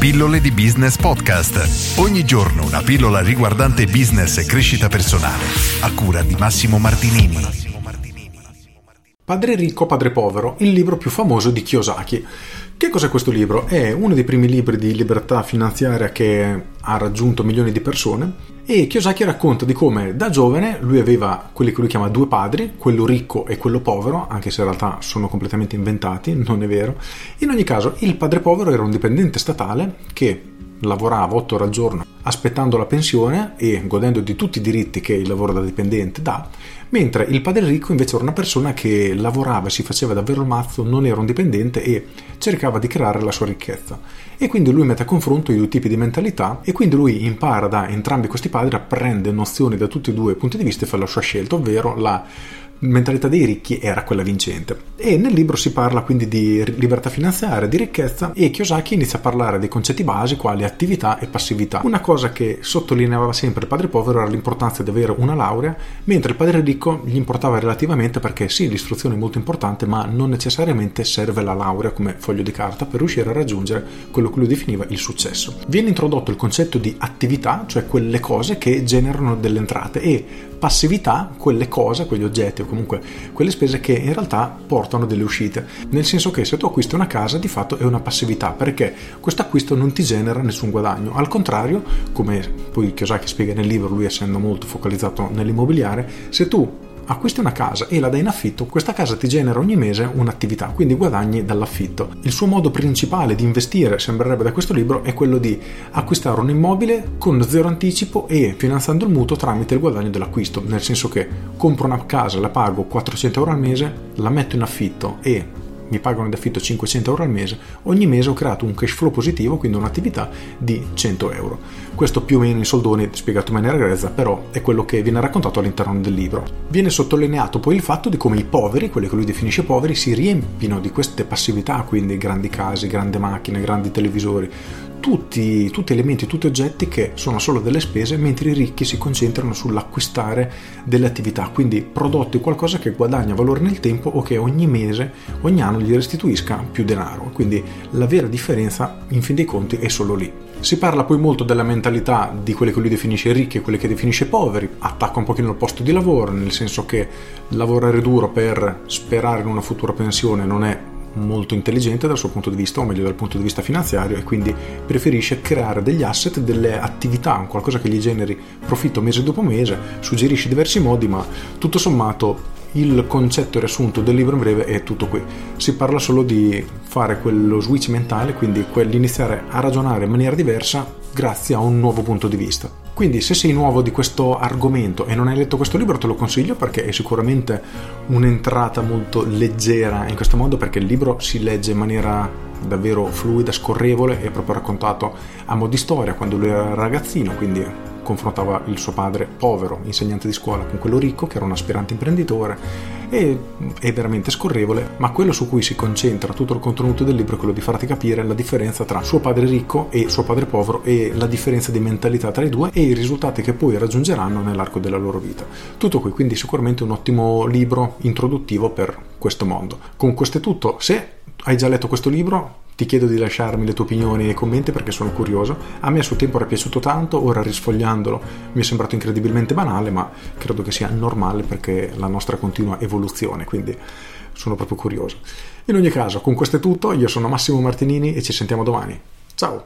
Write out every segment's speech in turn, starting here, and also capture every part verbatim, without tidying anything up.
Pillole di Business Podcast. Ogni giorno una pillola riguardante business e crescita personale. A cura di Massimo Martinini. Padre ricco, padre povero, il libro più famoso di Kiyosaki. Che cos'è questo libro? È uno dei primi libri di libertà finanziaria che ha raggiunto milioni di persone e Kiyosaki racconta di come da giovane lui aveva quelli che lui chiama due padri, quello ricco e quello povero, anche se in realtà sono completamente inventati, non è vero. In ogni caso il padre povero era un dipendente statale che lavorava otto ore al giorno aspettando la pensione e godendo di tutti i diritti che il lavoro da dipendente dà, mentre il padre ricco invece era una persona che lavorava, si faceva davvero il mazzo, non era un dipendente e cercava di creare la sua ricchezza. E quindi lui mette a confronto i due tipi di mentalità e quindi lui impara da entrambi questi padri, apprende nozioni da tutti e due i punti di vista e fa la sua scelta, ovvero la mentalità dei ricchi era quella vincente. E nel libro si parla quindi di libertà finanziaria, di ricchezza, e Kiyosaki inizia a parlare dei concetti basi quali attività e passività. Una cosa che sottolineava sempre il padre povero era l'importanza di avere una laurea, mentre il padre ricco gli importava relativamente perché sì, l'istruzione è molto importante, ma non necessariamente serve la laurea come foglio di carta per riuscire a raggiungere quello che lui definiva il successo. Viene introdotto il concetto di attività, cioè quelle cose che generano delle entrate, e passività, quelle cose, quegli oggetti o comunque quelle spese che in realtà portano delle uscite, nel senso che se tu acquisti una casa di fatto è una passività perché questo acquisto non ti genera nessun guadagno, al contrario, come poi Kiyosaki spiega nel libro, lui essendo molto focalizzato nell'immobiliare, se tu acquisti una casa e la dai in affitto, questa casa ti genera ogni mese un'attività, quindi guadagni dall'affitto. Il suo modo principale di investire, sembrerebbe da questo libro, è quello di acquistare un immobile con zero anticipo e finanziando il mutuo tramite il guadagno dell'acquisto, nel senso che compro una casa, la pago quattrocento euro al mese, la metto in affitto e mi pagano di affitto cinquecento euro al mese, ogni mese ho creato un cash flow positivo, quindi un'attività di cento euro. Questo più o meno in soldoni, spiegato in maniera grezza, però è quello che viene raccontato all'interno del libro. Viene sottolineato poi il fatto di come i poveri, quelli che lui definisce poveri, si riempino di queste passività, quindi grandi case, grandi macchine, grandi televisori, tutti, tutti elementi, tutti oggetti che sono solo delle spese, mentre i ricchi si concentrano sull'acquistare delle attività, quindi prodotti, qualcosa che guadagna valore nel tempo o che ogni mese, ogni anno gli restituisca più denaro. Quindi la vera differenza in fin dei conti è solo lì. Si parla poi molto della mentalità di quelli che lui definisce ricchi e quelli che definisce poveri, attacca un pochino il posto di lavoro, nel senso che lavorare duro per sperare in una futura pensione non è molto intelligente dal suo punto di vista, o meglio dal punto di vista finanziario, e quindi preferisce creare degli asset, delle attività, qualcosa che gli generi profitto mese dopo mese, suggerisce diversi modi, ma tutto sommato il concetto riassunto del libro in breve è tutto qui. Si parla solo di fare quello switch mentale, quindi quell'iniziare a ragionare in maniera diversa grazie a un nuovo punto di vista. Quindi se sei nuovo di questo argomento e non hai letto questo libro, te lo consiglio perché è sicuramente un'entrata molto leggera in questo modo, perché il libro si legge in maniera davvero fluida, scorrevole, è proprio raccontato a mo' di storia quando lui era ragazzino, quindi confrontava il suo padre povero, insegnante di scuola, con quello ricco che era un aspirante imprenditore, e è veramente scorrevole, ma quello su cui si concentra tutto il contenuto del libro è quello di farti capire la differenza tra suo padre ricco e suo padre povero e la differenza di mentalità tra i due e i risultati che poi raggiungeranno nell'arco della loro vita. Tutto qui, quindi sicuramente un ottimo libro introduttivo per questo mondo. Con questo è tutto. Se hai già letto questo libro, ti chiedo di lasciarmi le tue opinioni e commenti perché sono curioso. A me a suo tempo era piaciuto tanto, ora risfogliandolo mi è sembrato incredibilmente banale, ma credo che sia normale perché la nostra continua evoluzione, quindi sono proprio curioso. In ogni caso, con questo è tutto, io sono Massimo Martinini e ci sentiamo domani. Ciao!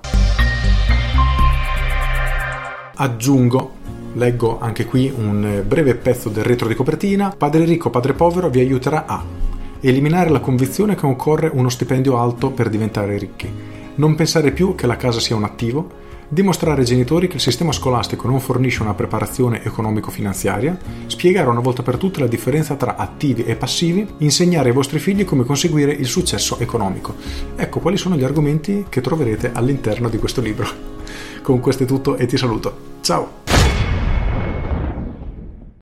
Aggiungo, leggo anche qui un breve pezzo del retro di copertina. Padre ricco, padre povero vi aiuterà a eliminare la convinzione che occorre uno stipendio alto per diventare ricchi, non pensare più che la casa sia un attivo, dimostrare ai genitori che il sistema scolastico non fornisce una preparazione economico-finanziaria, spiegare una volta per tutte la differenza tra attivi e passivi, insegnare ai vostri figli come conseguire il successo economico. Ecco quali sono gli argomenti che troverete all'interno di questo libro. Con questo è tutto e ti saluto. Ciao!